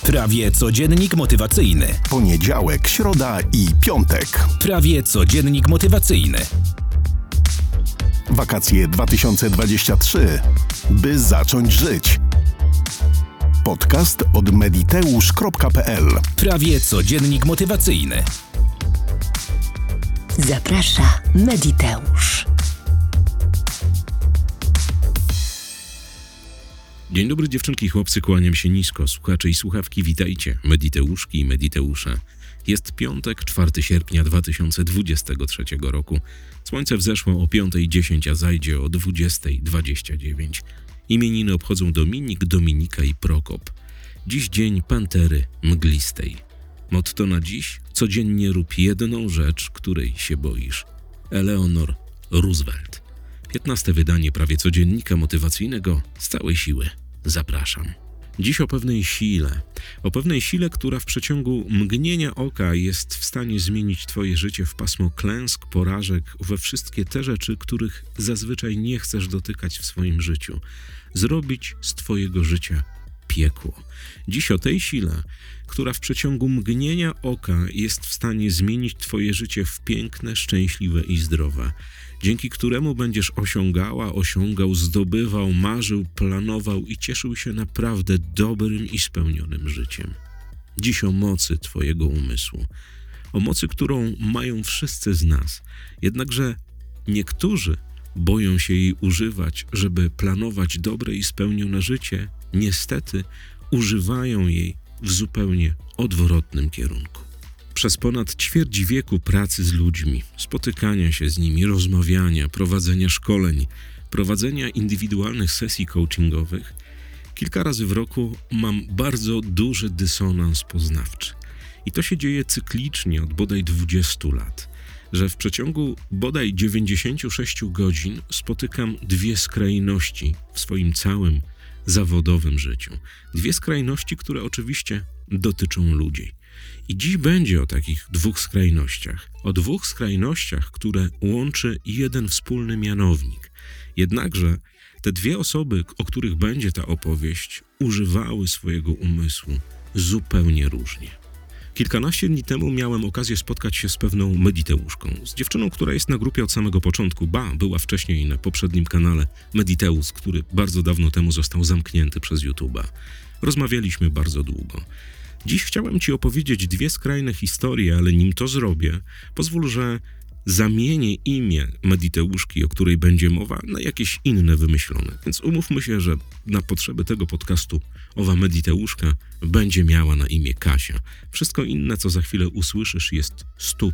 Prawie codziennik motywacyjny. Poniedziałek, środa i piątek. Prawie codziennik motywacyjny. Wakacje 2023. By zacząć żyć. Podcast od mediteusz.pl. Prawie codziennik motywacyjny. Zaprasza Mediteusz. Dzień dobry dziewczynki i chłopcy, kłaniam się nisko. Słuchacze i słuchawki, witajcie. Mediteuszki i Mediteusze. Jest piątek, 4 sierpnia 2023 roku. Słońce wzeszło o 5:10, a zajdzie o 20:29. Imieniny obchodzą Dominik, Dominika i Prokop. Dziś dzień pantery mglistej. Motto na dziś: codziennie rób jedną rzecz, której się boisz. Eleanor Roosevelt. 15. wydanie prawie codziennika motywacyjnego z całej siły. Zapraszam. Dziś o pewnej sile, która w przeciągu mgnienia oka jest w stanie zmienić twoje życie w pasmo klęsk, porażek, we wszystkie te rzeczy, których zazwyczaj nie chcesz dotykać w swoim życiu. Zrobić z twojego życia piekło. Dziś o tej sile, która w przeciągu mgnienia oka jest w stanie zmienić twoje życie w piękne, szczęśliwe i zdrowe, dzięki któremu będziesz osiągał, zdobywał, marzył, planował i cieszył się naprawdę dobrym i spełnionym życiem. Dziś o mocy twojego umysłu, o mocy, którą mają wszyscy z nas, jednakże niektórzy boją się jej używać, żeby planować dobre i spełnione życie. Niestety używają jej w zupełnie odwrotnym kierunku. Przez ponad ćwierć wieku pracy z ludźmi, spotykania się z nimi, rozmawiania, prowadzenia szkoleń, prowadzenia indywidualnych sesji coachingowych, kilka razy w roku mam bardzo duży dysonans poznawczy. I to się dzieje cyklicznie od bodaj 20 lat, że w przeciągu bodaj 96 godzin spotykam dwie skrajności w swoim całym zawodowym życiu. Dwie skrajności, które oczywiście dotyczą ludzi. I dziś będzie o takich dwóch skrajnościach. O dwóch skrajnościach, które łączy jeden wspólny mianownik. Jednakże te dwie osoby, o których będzie ta opowieść, używały swojego umysłu zupełnie różnie. Kilkanaście dni temu miałem okazję spotkać się z pewną Mediteuszką, z dziewczyną, która jest na grupie od samego początku, była wcześniej na poprzednim kanale Mediteusz, który bardzo dawno temu został zamknięty przez YouTube'a. Rozmawialiśmy bardzo długo. Dziś chciałem Ci opowiedzieć dwie skrajne historie, ale nim to zrobię, pozwól, że zamienię imię Mediteuszki, o której będzie mowa, na jakieś inne wymyślone. Więc umówmy się, że na potrzeby tego podcastu owa Mediteuszka będzie miała na imię Kasia. Wszystko inne, co za chwilę usłyszysz, jest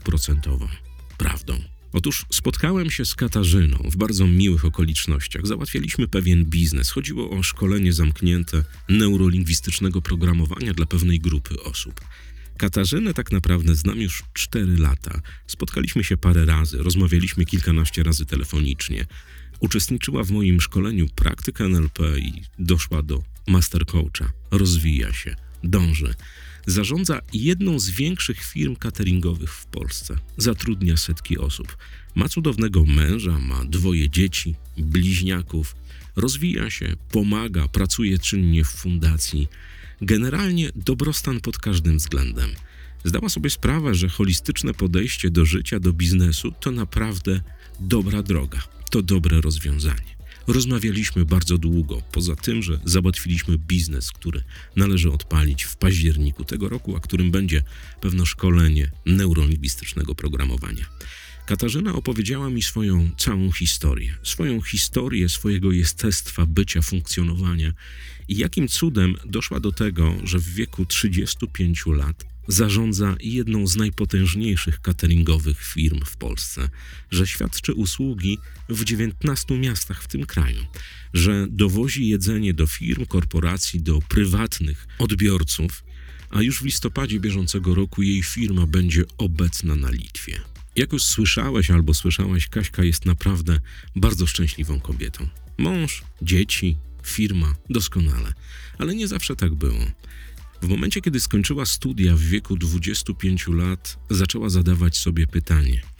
100% prawdą. Otóż spotkałem się z Katarzyną w bardzo miłych okolicznościach. Załatwialiśmy pewien biznes. Chodziło o szkolenie zamknięte neurolingwistycznego programowania dla pewnej grupy osób. Katarzynę tak naprawdę znam już 4 lata. Spotkaliśmy się parę razy, rozmawialiśmy kilkanaście razy telefonicznie. Uczestniczyła w moim szkoleniu praktyk NLP i doszła do master coacha. Rozwija się, dąży. Zarządza jedną z większych firm cateringowych w Polsce. Zatrudnia setki osób. Ma cudownego męża, ma 2 dzieci, bliźniaków. Rozwija się, pomaga, pracuje czynnie w fundacji. Generalnie dobrostan pod każdym względem. Zdała sobie sprawę, że holistyczne podejście do życia, do biznesu to naprawdę dobra droga. To dobre rozwiązanie. Rozmawialiśmy bardzo długo, poza tym, że załatwiliśmy biznes, który należy odpalić w październiku tego roku, a którym będzie pewne szkolenie neurolingwistycznego programowania. Katarzyna opowiedziała mi swoją całą historię swojego jestestwa, bycia, funkcjonowania i jakim cudem doszła do tego, że w wieku 35 lat zarządza jedną z najpotężniejszych cateringowych firm w Polsce, że świadczy usługi w 19 miastach w tym kraju, że dowozi jedzenie do firm, korporacji, do prywatnych odbiorców, a już w listopadzie bieżącego roku jej firma będzie obecna na Litwie. Jak już słyszałeś albo słyszałaś, Kaśka jest naprawdę bardzo szczęśliwą kobietą. Mąż, dzieci, firma, doskonale. Ale nie zawsze tak było. W momencie, kiedy skończyła studia w wieku 25 lat, zaczęła zadawać sobie pytanie: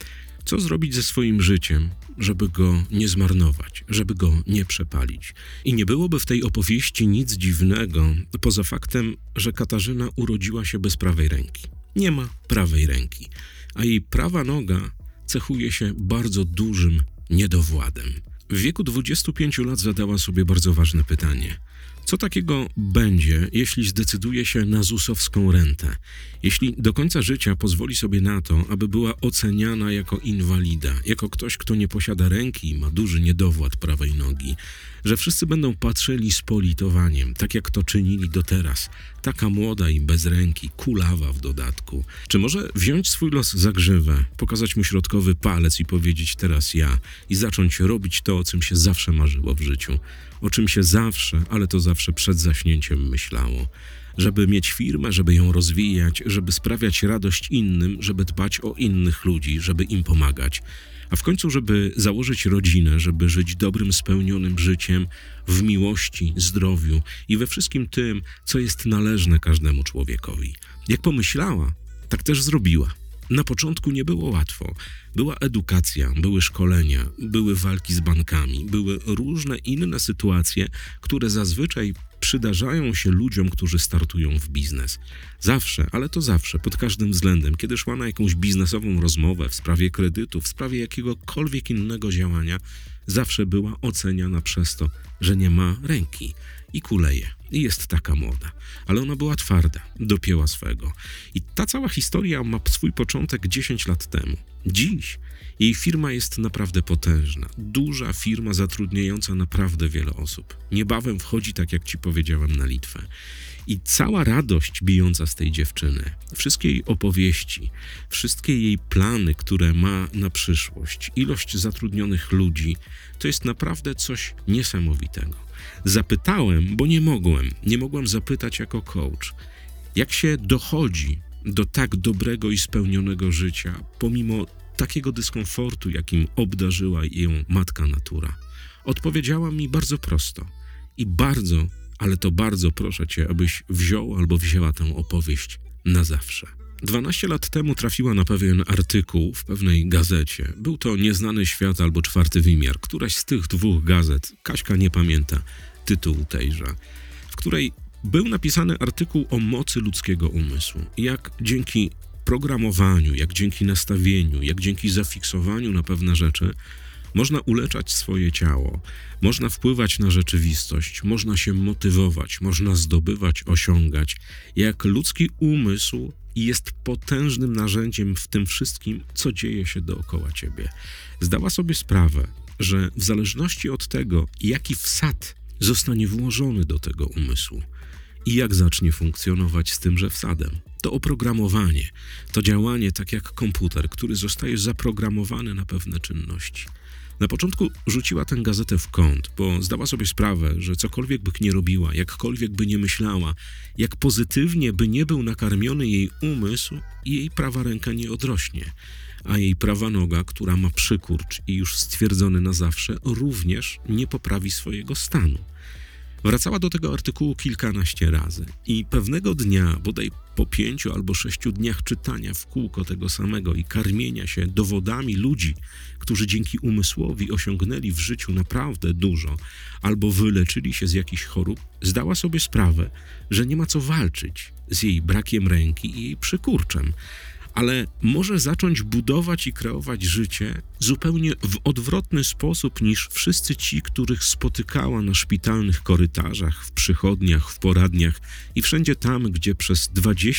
Co zrobić ze swoim życiem, żeby go nie zmarnować, żeby go nie przepalić? I nie byłoby w tej opowieści nic dziwnego, poza faktem, że Katarzyna urodziła się bez prawej ręki. Nie ma prawej ręki, a jej prawa noga cechuje się bardzo dużym niedowładem. W wieku 25 lat zadała sobie bardzo ważne pytanie. Co takiego będzie, jeśli zdecyduje się na ZUS-owską rentę? Jeśli do końca życia pozwoli sobie na to, aby była oceniana jako inwalida, jako ktoś, kto nie posiada ręki i ma duży niedowład prawej nogi, że wszyscy będą patrzyli z politowaniem, tak jak to czynili do teraz, taka młoda i bez ręki, kulawa w dodatku. Czy może wziąć swój los za grzywę, pokazać mu środkowy palec i powiedzieć teraz ja i zacząć robić to, o czym się zawsze marzyło w życiu, o czym się zawsze, ale to zawsze przed zaśnięciem myślało. Żeby mieć firmę, żeby ją rozwijać, żeby sprawiać radość innym, żeby dbać o innych ludzi, żeby im pomagać. A w końcu, żeby założyć rodzinę, żeby żyć dobrym, spełnionym życiem w miłości, zdrowiu i we wszystkim tym, co jest należne każdemu człowiekowi. Jak pomyślała, tak też zrobiła. Na początku nie było łatwo. Była edukacja, były szkolenia, były walki z bankami, były różne inne sytuacje, które zazwyczaj przydarzają się ludziom, którzy startują w biznes. Zawsze, ale to zawsze, pod każdym względem, kiedy szła na jakąś biznesową rozmowę w sprawie kredytu, w sprawie jakiegokolwiek innego działania, zawsze była oceniana przez to, że nie ma ręki i kuleje. I jest taka młoda. Ale ona była twarda, dopięła swego. I ta cała historia ma swój początek 10 lat temu. Dziś jej firma jest naprawdę potężna. Duża firma zatrudniająca naprawdę wiele osób. Niebawem wchodzi, tak jak ci powiedziałem, na Litwę. I cała radość bijąca z tej dziewczyny, wszystkie jej opowieści, wszystkie jej plany, które ma na przyszłość, ilość zatrudnionych ludzi, to jest naprawdę coś niesamowitego. Zapytałem, bo nie mogłem zapytać jako coach, jak się dochodzi do tak dobrego i spełnionego życia, pomimo takiego dyskomfortu, jakim obdarzyła ją matka natura. Odpowiedziała mi bardzo prosto i bardzo, ale to bardzo proszę cię, abyś wziął albo wzięła tę opowieść na zawsze. 12 lat temu trafiła na pewien artykuł w pewnej gazecie. Był to Nieznany Świat albo Czwarty Wymiar, któraś z tych dwóch gazet, Kaśka nie pamięta tytułu tejże, w której był napisany artykuł o mocy ludzkiego umysłu. Jak dzięki programowaniu, jak dzięki nastawieniu, jak dzięki zafiksowaniu na pewne rzeczy można uleczać swoje ciało, można wpływać na rzeczywistość, można się motywować, można zdobywać, osiągać. Jak ludzki umysł jest potężnym narzędziem w tym wszystkim, co dzieje się dookoła ciebie. Zdała sobie sprawę, że w zależności od tego, jaki wsad zostanie włożony do tego umysłu i jak zacznie funkcjonować z tymże wsadem, to oprogramowanie, to działanie tak jak komputer, który zostaje zaprogramowany na pewne czynności. Na początku rzuciła tę gazetę w kąt, bo zdała sobie sprawę, że cokolwiek by nie robiła, jakkolwiek by nie myślała, jak pozytywnie by nie był nakarmiony jej umysł, jej prawa ręka nie odrośnie, a jej prawa noga, która ma przykurcz i już stwierdzony na zawsze, również nie poprawi swojego stanu. Wracała do tego artykułu kilkanaście razy i pewnego dnia, bodaj po 5 albo 6 dniach czytania w kółko tego samego i karmienia się dowodami ludzi, którzy dzięki umysłowi osiągnęli w życiu naprawdę dużo albo wyleczyli się z jakichś chorób, zdała sobie sprawę, że nie ma co walczyć z jej brakiem ręki i jej przykurczem, ale może zacząć budować i kreować życie zupełnie w odwrotny sposób niż wszyscy ci, których spotykała na szpitalnych korytarzach, w przychodniach, w poradniach i wszędzie tam, gdzie przez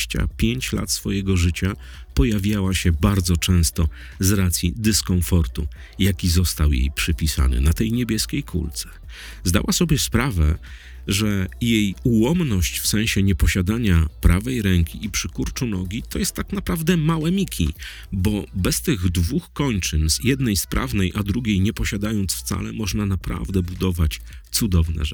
25 lat swojego życia pojawiała się bardzo często z racji dyskomfortu, jaki został jej przypisany na tej niebieskiej kulce. Zdała sobie sprawę, że jej ułomność w sensie nieposiadania prawej ręki i przykurczu nogi to jest tak naprawdę małe miki, bo bez tych dwóch kończyn, z jednej sprawnej, a drugiej nie posiadając wcale, można naprawdę budować cudowne rzeczy.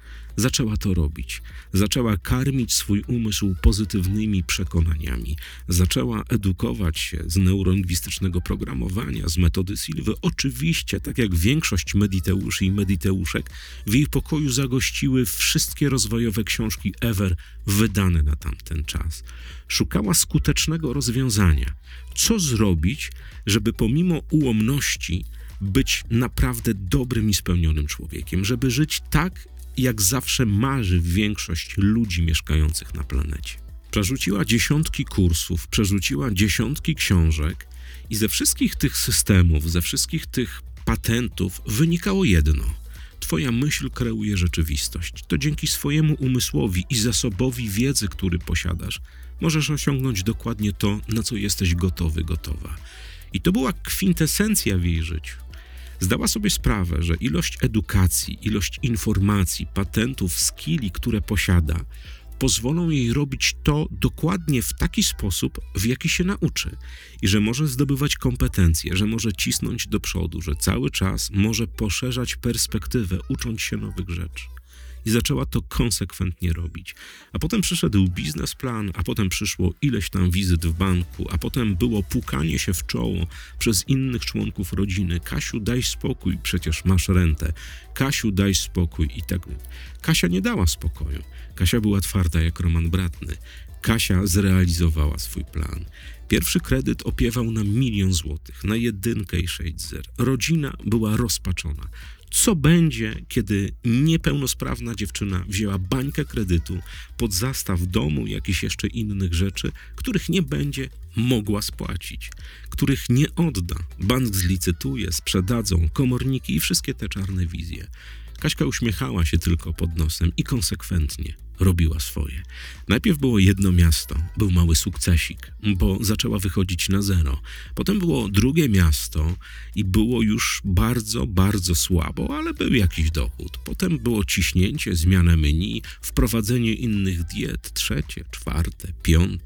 Zaczęła to robić. Zaczęła karmić swój umysł pozytywnymi przekonaniami. Zaczęła edukować się z neurolingwistycznego programowania, z metody Silwy. Oczywiście, tak jak większość mediteuszy i mediteuszek, w jej pokoju zagościły wszystkie rozwojowe książki ever wydane na tamten czas. Szukała skutecznego rozwiązania. Co zrobić, żeby pomimo ułomności być naprawdę dobrym i spełnionym człowiekiem, żeby żyć tak, jak zawsze marzy większość ludzi mieszkających na planecie. Przerzuciła dziesiątki kursów, przerzuciła dziesiątki książek i ze wszystkich tych systemów, ze wszystkich tych patentów wynikało jedno. Twoja myśl kreuje rzeczywistość. To dzięki swojemu umysłowi i zasobowi wiedzy, który posiadasz, możesz osiągnąć dokładnie to, na co jesteś gotowy, gotowa. I to była kwintesencja w jej życiu. Zdała sobie sprawę, że ilość edukacji, ilość informacji, patentów, skilli, które posiada, pozwolą jej robić to dokładnie w taki sposób, w jaki się nauczy. I że może zdobywać kompetencje, że może cisnąć do przodu, że cały czas może poszerzać perspektywę, ucząc się nowych rzeczy. I zaczęła to konsekwentnie robić. A potem przyszedł biznesplan, a potem przyszło ileś tam wizyt w banku, a potem było pukanie się w czoło przez innych członków rodziny. Kasiu, daj spokój, przecież masz rentę. Kasiu, daj spokój i tak. Kasia nie dała spokoju. Kasia była twarda jak Roman Bratny. Kasia zrealizowała swój plan. Pierwszy kredyt opiewał na 1 000 000 złotych, na 1 i 6 zer. Rodzina była rozpaczona. Co będzie, kiedy niepełnosprawna dziewczyna wzięła bańkę kredytu pod zastaw domu i jakichś jeszcze innych rzeczy, których nie będzie mogła spłacić, których nie odda. Bank zlicytuje, sprzedadzą, komorniki i wszystkie te czarne wizje. Kaśka uśmiechała się tylko pod nosem i konsekwentnie robiła swoje. Najpierw było jedno miasto, był mały sukcesik, bo zaczęła wychodzić na zero. Potem było drugie miasto i było już bardzo, bardzo słabo, ale był jakiś dochód. Potem było ciśnięcie, zmiana menu, wprowadzenie innych diet, 3., 4., 5.,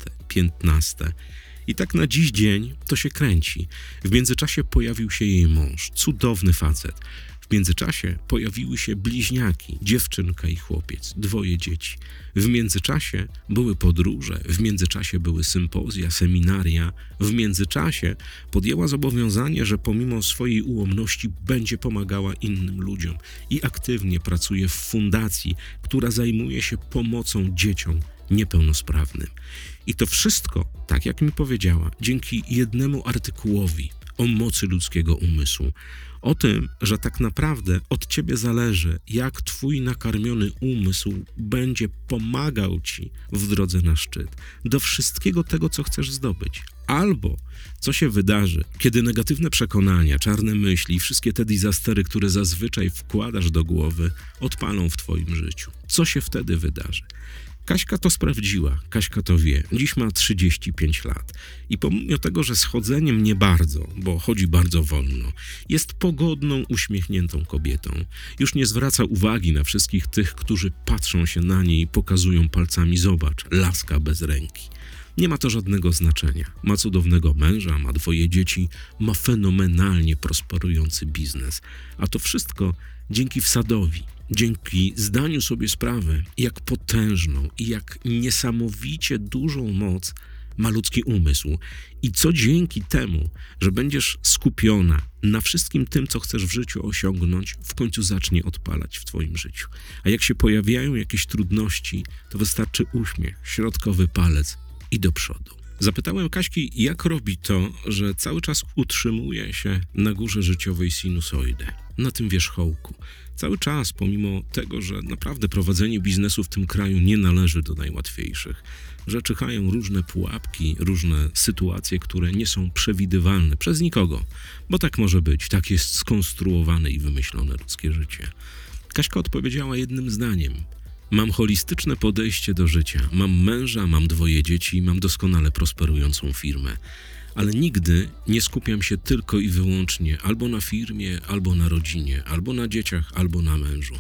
15. I tak na dziś dzień to się kręci. W międzyczasie pojawił się jej mąż, cudowny facet. W międzyczasie pojawiły się bliźniaki, dziewczynka i chłopiec, 2 dzieci. W międzyczasie były podróże, w międzyczasie były sympozja, seminaria. W międzyczasie podjęła zobowiązanie, że pomimo swojej ułomności będzie pomagała innym ludziom i aktywnie pracuje w fundacji, która zajmuje się pomocą dzieciom niepełnosprawnym. I to wszystko, tak jak mi powiedziała, dzięki jednemu artykułowi o mocy ludzkiego umysłu. O tym, że tak naprawdę od ciebie zależy, jak twój nakarmiony umysł będzie pomagał ci w drodze na szczyt, do wszystkiego tego, co chcesz zdobyć. Albo co się wydarzy, kiedy negatywne przekonania, czarne myśli, wszystkie te disastery, które zazwyczaj wkładasz do głowy, odpalą w twoim życiu. Co się wtedy wydarzy? Kaśka to sprawdziła, Kaśka to wie. Dziś ma 35 lat i pomimo tego, że z chodzeniem nie bardzo, bo chodzi bardzo wolno, jest pogodną, uśmiechniętą kobietą. Już nie zwraca uwagi na wszystkich tych, którzy patrzą się na niej i pokazują palcami: zobacz, laska bez ręki. Nie ma to żadnego znaczenia. Ma cudownego męża, ma 2 dzieci, ma fenomenalnie prosperujący biznes. A to wszystko dzięki wsadowi, dzięki zdaniu sobie sprawy, jak potężną i jak niesamowicie dużą moc ma ludzki umysł. I co dzięki temu, że będziesz skupiona na wszystkim tym, co chcesz w życiu osiągnąć, w końcu zacznie odpalać w twoim życiu. A jak się pojawiają jakieś trudności, to wystarczy uśmiech, środkowy palec i do przodu. Zapytałem Kaśki, jak robi to, że cały czas utrzymuje się na górze życiowej sinusoidy, na tym wierzchołku. Cały czas, pomimo tego, że naprawdę prowadzenie biznesu w tym kraju nie należy do najłatwiejszych, że czyhają różne pułapki, różne sytuacje, które nie są przewidywalne przez nikogo, bo tak może być, tak jest skonstruowane i wymyślone ludzkie życie. Kaśka odpowiedziała jednym zdaniem: mam holistyczne podejście do życia, mam męża, mam 2 dzieci, mam doskonale prosperującą firmę, ale nigdy nie skupiam się tylko i wyłącznie albo na firmie, albo na rodzinie, albo na dzieciach, albo na mężu.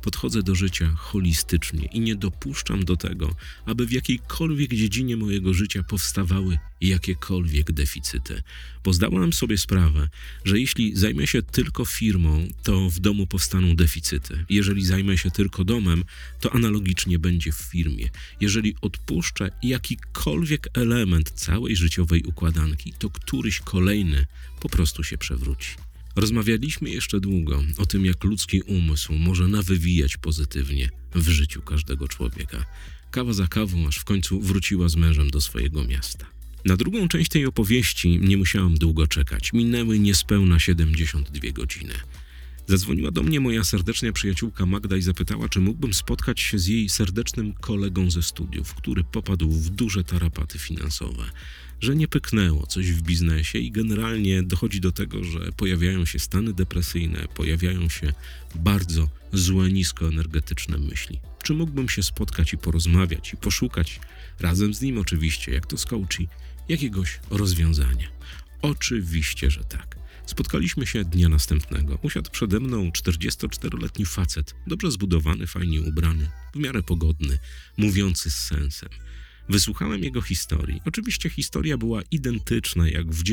Podchodzę do życia holistycznie i nie dopuszczam do tego, aby w jakiejkolwiek dziedzinie mojego życia powstawały jakiekolwiek deficyty. Bo zdałem sobie sprawę, że jeśli zajmę się tylko firmą, to w domu powstaną deficyty. Jeżeli zajmę się tylko domem, to analogicznie będzie w firmie. Jeżeli odpuszczę jakikolwiek element całej życiowej układanki, to któryś kolejny po prostu się przewróci. Rozmawialiśmy jeszcze długo o tym, jak ludzki umysł może nawywijać pozytywnie w życiu każdego człowieka. Kawa za kawą, aż w końcu wróciła z mężem do swojego miasta. Na drugą część tej opowieści nie musiałam długo czekać. Minęły niespełna 72 godziny. Zadzwoniła do mnie moja serdeczna przyjaciółka Magda i zapytała, czy mógłbym spotkać się z jej serdecznym kolegą ze studiów, który popadł w duże tarapaty finansowe, że nie pyknęło coś w biznesie i generalnie dochodzi do tego, że pojawiają się stany depresyjne, pojawiają się bardzo złe, niskoenergetyczne myśli. Czy mógłbym się spotkać i porozmawiać i poszukać, razem z nim oczywiście, jak to z coachi, jakiegoś rozwiązania? Oczywiście, że tak. Spotkaliśmy się dnia następnego. Usiadł przede mną 44-letni facet, dobrze zbudowany, fajnie ubrany, w miarę pogodny, mówiący z sensem. Wysłuchałem jego historii. Oczywiście historia była identyczna jak w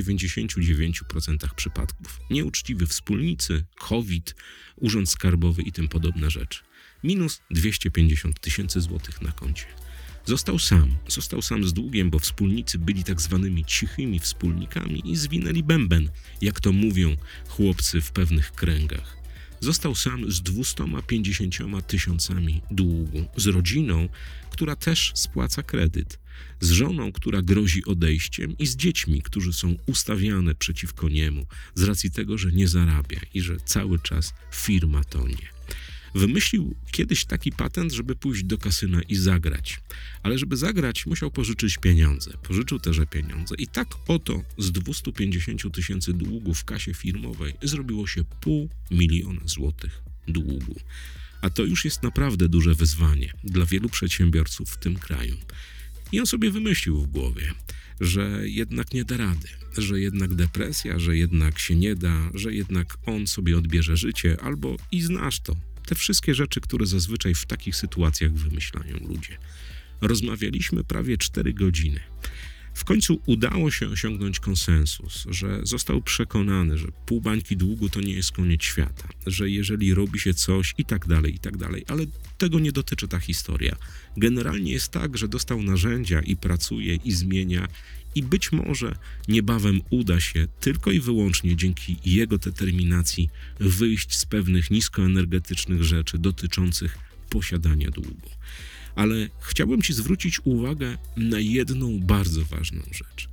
99% przypadków. Nieuczciwi wspólnicy, COVID, urząd skarbowy i tym podobne rzeczy. Minus 250 000 złotych na koncie. Został sam z długiem, bo wspólnicy byli tak zwanymi cichymi wspólnikami i zwinęli bęben, jak to mówią chłopcy w pewnych kręgach. Został sam z 250 000 długu, z rodziną, która też spłaca kredyt, z żoną, która grozi odejściem i z dziećmi, którzy są ustawiane przeciwko niemu z racji tego, że nie zarabia i że cały czas firma tonie. Wymyślił kiedyś taki patent, żeby pójść do kasyna i zagrać. Ale żeby zagrać, musiał pożyczyć pieniądze. Pożyczył też pieniądze. I tak oto z 250 000 długu w kasie firmowej zrobiło się 500 000 złotych długu. A to już jest naprawdę duże wyzwanie dla wielu przedsiębiorców w tym kraju. I on sobie wymyślił w głowie, że jednak nie da rady, że jednak depresja, że jednak się nie da, że jednak on sobie odbierze życie, albo i znasz to. Te wszystkie rzeczy, które zazwyczaj w takich sytuacjach wymyślają ludzie. Rozmawialiśmy prawie 4 godziny. W końcu udało się osiągnąć konsensus, że został przekonany, że pół bańki długu to nie jest koniec świata, że jeżeli robi się coś i tak dalej, ale tego nie dotyczy ta historia. Generalnie jest tak, że dostał narzędzia i pracuje i zmienia i być może niebawem uda się tylko i wyłącznie dzięki jego determinacji wyjść z pewnych niskoenergetycznych rzeczy dotyczących posiadania długu. Ale chciałbym Ci zwrócić uwagę na jedną bardzo ważną rzecz.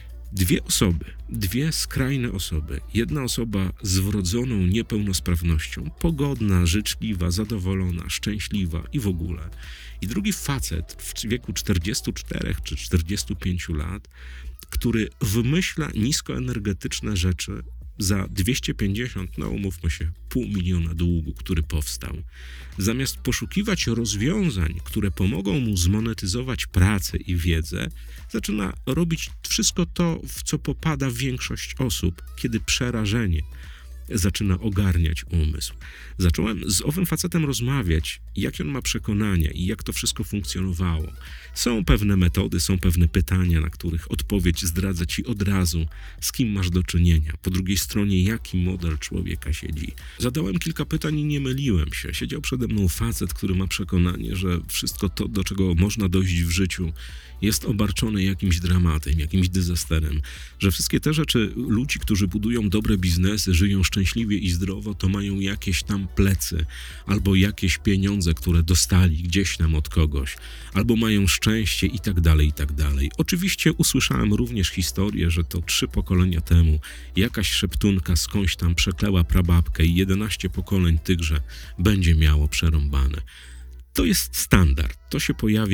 Dwie skrajne osoby. Jedna osoba z wrodzoną niepełnosprawnością, pogodna, życzliwa, zadowolona, szczęśliwa i w ogóle. I drugi facet w wieku 44 czy 45 lat, który wymyśla niskoenergetyczne rzeczy za 250, umówmy się, 500 000 długu, który powstał. Zamiast poszukiwać rozwiązań, które pomogą mu zmonetyzować pracę i wiedzę, zaczyna robić wszystko to, w co popada większość osób, kiedy przerażenie zaczyna ogarniać umysł. Zacząłem z owym facetem rozmawiać, jakie on ma przekonania i jak to wszystko funkcjonowało. Są pewne metody, są pewne pytania, na których odpowiedź zdradza Ci od razu, z kim masz do czynienia. Po drugiej stronie, jaki model człowieka siedzi. Zadałem kilka pytań i nie myliłem się. Siedział przede mną facet, który ma przekonanie, że wszystko to, do czego można dojść w życiu, jest obarczone jakimś dramatem, jakimś dezasterem. Że wszystkie te rzeczy ludzi, którzy budują dobre biznesy, żyją szczęśliwie i zdrowo, to mają jakieś tam plecy, albo jakieś pieniądze, które dostali gdzieś tam od kogoś, albo mają szczęście i tak dalej, i tak dalej. Oczywiście usłyszałem również historię, że to 3 pokolenia temu jakaś szeptunka skądś tam przekleła prababkę i 11 pokoleń tychże będzie miało przerąbane. To jest standard, to się pojawia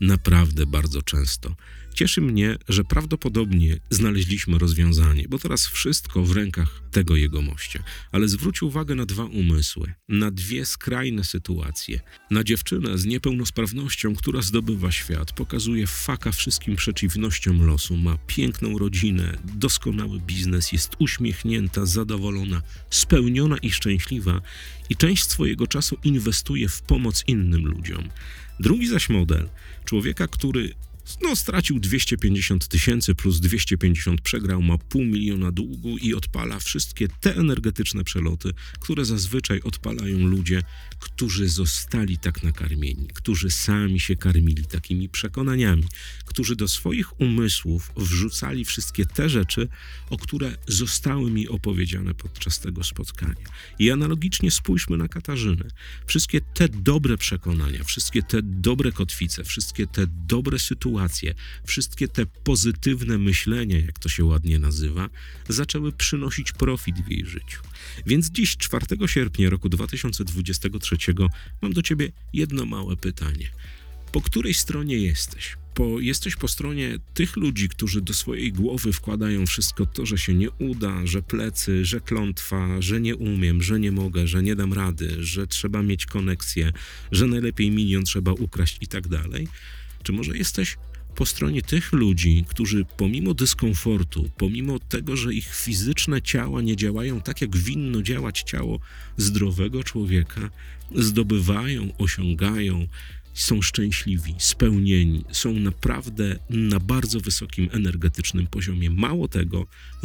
naprawdę bardzo często. Cieszy mnie, że prawdopodobnie znaleźliśmy rozwiązanie, bo teraz wszystko w rękach tego jegomościa. Ale zwróć uwagę na dwa umysły, na dwie skrajne sytuacje. Na dziewczynę z niepełnosprawnością, która zdobywa świat, pokazuje faka wszystkim przeciwnościom losu, ma piękną rodzinę, doskonały biznes, jest uśmiechnięta, zadowolona, spełniona i szczęśliwa i część swojego czasu inwestuje w pomoc innym ludziom. Drugi zaś model, człowieka, który stracił 250 000 plus 250 przegrał, ma 500 000 długu i odpala wszystkie te energetyczne przeloty, które zazwyczaj odpalają ludzie, którzy zostali tak nakarmieni, którzy sami się karmili takimi przekonaniami, którzy do swoich umysłów wrzucali wszystkie te rzeczy, o które zostały mi opowiedziane podczas tego spotkania. I analogicznie spójrzmy na Katarzynę. Wszystkie te dobre przekonania, wszystkie te dobre kotwice, wszystkie te dobre sytuacje, wszystkie te pozytywne myślenia, jak to się ładnie nazywa, zaczęły przynosić profit w jej życiu. Więc dziś, 4 sierpnia roku 2023, mam do ciebie jedno małe pytanie. Po której stronie jesteś? Jesteś po stronie tych ludzi, którzy do swojej głowy wkładają wszystko to, że się nie uda, że plecy, że klątwa, że nie umiem, że nie mogę, że nie dam rady, że trzeba mieć koneksję, że najlepiej 1 000 000 trzeba ukraść i tak dalej? Czy może jesteś po stronie tych ludzi, którzy pomimo dyskomfortu, pomimo tego, że ich fizyczne ciała nie działają tak, jak winno działać ciało zdrowego człowieka, zdobywają, osiągają, są szczęśliwi, spełnieni, są naprawdę na bardzo wysokim energetycznym poziomie. Mało tego,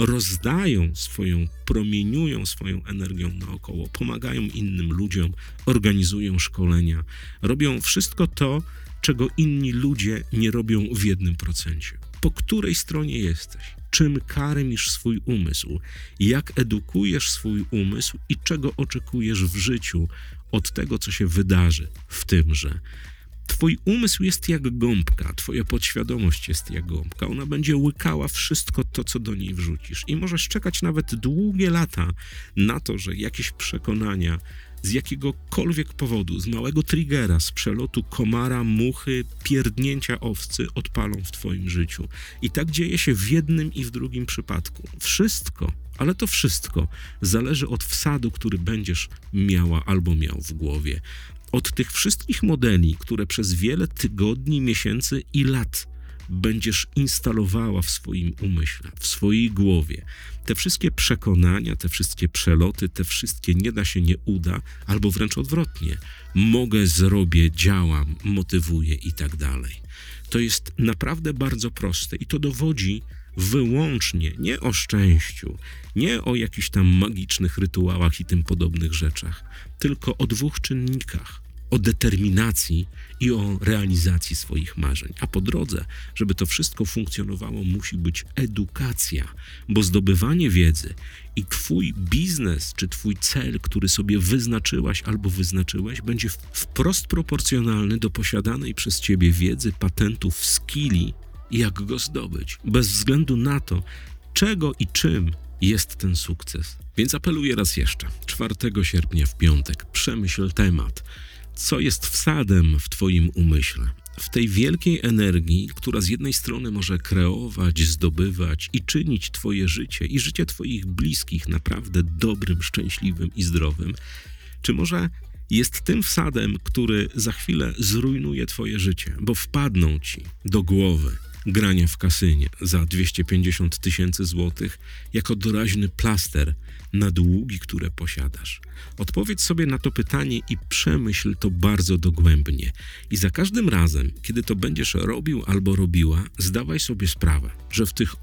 promieniują swoją energią naokoło, pomagają innym ludziom, organizują szkolenia, robią wszystko to, czego inni ludzie nie robią w 1%. Po której stronie jesteś? Czym karmisz swój umysł? Jak edukujesz swój umysł i czego oczekujesz w życiu od tego, co się wydarzy w tymże? Twój umysł jest jak gąbka, twoja podświadomość jest jak gąbka. Ona będzie łykała wszystko to, co do niej wrzucisz. I możesz czekać nawet długie lata na to, że jakieś przekonania z jakiegokolwiek powodu, z małego triggera, z przelotu komara, muchy, pierdnięcia owcy odpalą w twoim życiu. I tak dzieje się w jednym i w drugim przypadku. Wszystko, ale to wszystko zależy od wsadu, który będziesz miała albo miał w głowie. Od tych wszystkich modeli, które przez wiele tygodni, miesięcy i lat będziesz instalowała w swoim umyśle, w swojej głowie. Te wszystkie przekonania, te wszystkie przeloty, te wszystkie nie da się, nie uda, albo wręcz odwrotnie. Mogę, zrobię, działam, motywuję i tak dalej. To jest naprawdę bardzo proste i to dowodzi wyłącznie nie o szczęściu, nie o jakichś tam magicznych rytuałach i tym podobnych rzeczach, tylko o 2 czynnikach. O determinacji i o realizacji swoich marzeń. A po drodze, żeby to wszystko funkcjonowało, musi być edukacja, bo zdobywanie wiedzy i twój biznes, czy twój cel, który sobie wyznaczyłaś albo wyznaczyłeś, będzie wprost proporcjonalny do posiadanej przez ciebie wiedzy, patentów, skilli, jak go zdobyć, bez względu na to, czego i czym jest ten sukces. Więc apeluję raz jeszcze, 4 sierpnia w piątek, przemyśl temat. Co jest wsadem w twoim umyśle? W tej wielkiej energii, która z jednej strony może kreować, zdobywać i czynić twoje życie i życie twoich bliskich naprawdę dobrym, szczęśliwym i zdrowym, czy może jest tym wsadem, który za chwilę zrujnuje twoje życie, bo wpadną ci do głowy grania w kasynie za 250 000 złotych jako doraźny plaster na długi, które posiadasz. Odpowiedz sobie na to pytanie i przemyśl to bardzo dogłębnie. I za każdym razem, kiedy to będziesz robił albo robiła, zdawaj sobie sprawę, że w tych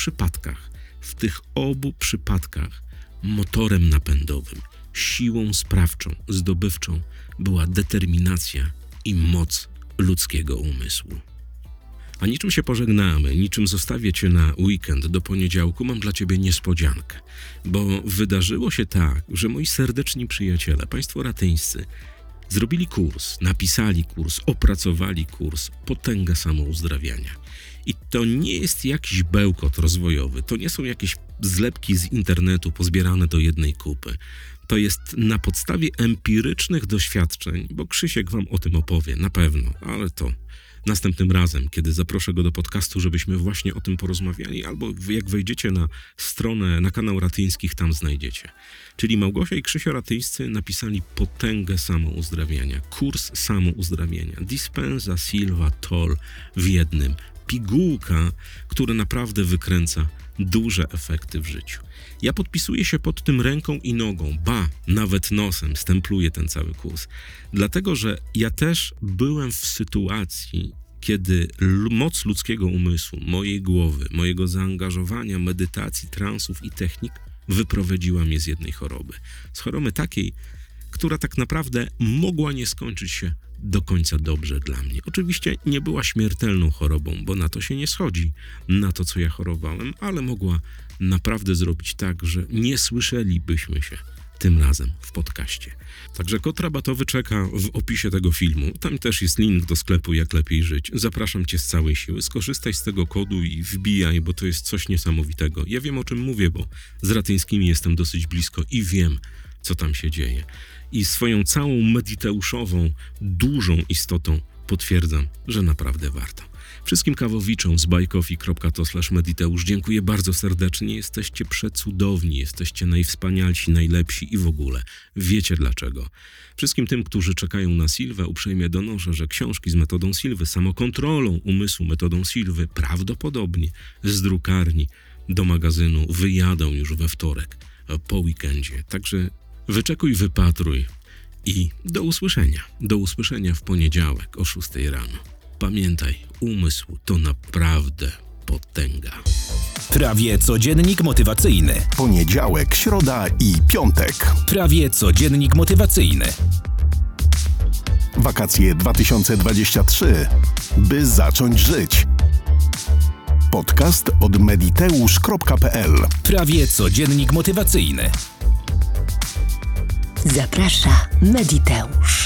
obu przypadkach motorem napędowym, siłą sprawczą, zdobywczą była determinacja i moc ludzkiego umysłu. A niczym się pożegnamy, niczym zostawię cię na weekend do poniedziałku, mam dla ciebie niespodziankę. Bo wydarzyło się tak, że moi serdeczni przyjaciele, państwo ratyńscy, zrobili kurs, napisali kurs, opracowali kurs Potęga Samouzdrawiania. I to nie jest jakiś bełkot rozwojowy, to nie są jakieś zlepki z internetu pozbierane do jednej kupy. To jest na podstawie empirycznych doświadczeń, bo Krzysiek wam o tym opowie, na pewno, ale to następnym razem, kiedy zaproszę go do podcastu, żebyśmy właśnie o tym porozmawiali, albo jak wejdziecie na stronę, na kanał Ratyńskich, tam znajdziecie. Czyli Małgosia i Krzysio Ratyńscy napisali potęgę samouzdrawiania, kurs samouzdrawiania, dispensa, silva, toll w jednym, pigułka, która naprawdę wykręca duże efekty w życiu. Ja podpisuję się pod tym ręką i nogą, nawet nosem, stempluję ten cały kurs. Dlatego, że ja też byłem w sytuacji, kiedy moc ludzkiego umysłu, mojej głowy, mojego zaangażowania, medytacji, transów i technik wyprowadziła mnie z jednej choroby. Z choroby takiej, która tak naprawdę mogła nie skończyć się do końca dobrze dla mnie. Oczywiście nie była śmiertelną chorobą, bo na to się nie schodzi, na to, co ja chorowałem, ale mogła naprawdę zrobić tak, że nie słyszelibyśmy się tym razem w podcaście. Także kod rabatowy czeka w opisie tego filmu. Tam też jest link do sklepu Jak Lepiej Żyć. Zapraszam Cię z całej siły. Skorzystaj z tego kodu i wbijaj, bo to jest coś niesamowitego. Ja wiem, o czym mówię, bo z Ratyńskimi jestem dosyć blisko i wiem, co tam się dzieje. I swoją całą mediteuszową, dużą istotą potwierdzam, że naprawdę warto. Wszystkim kawowiczom z buycoffee.to/mediteusz dziękuję bardzo serdecznie. Jesteście przecudowni, jesteście najwspanialsi, najlepsi i w ogóle. Wiecie dlaczego. Wszystkim tym, którzy czekają na Silwę, uprzejmie donoszę, że książki z metodą Silwy, samokontrolą umysłu metodą Silwy prawdopodobnie z drukarni do magazynu wyjadą już we wtorek po weekendzie. Także wyczekuj, wypatruj i do usłyszenia. Do usłyszenia w poniedziałek o 6 rano. Pamiętaj, umysł to naprawdę potęga. Prawie codziennik motywacyjny. Poniedziałek, środa i piątek. Prawie codziennik motywacyjny. Wakacje 2023. By zacząć żyć. Podcast od mediteusz.pl. Prawie codziennik motywacyjny. Zaprasza Mediteusz.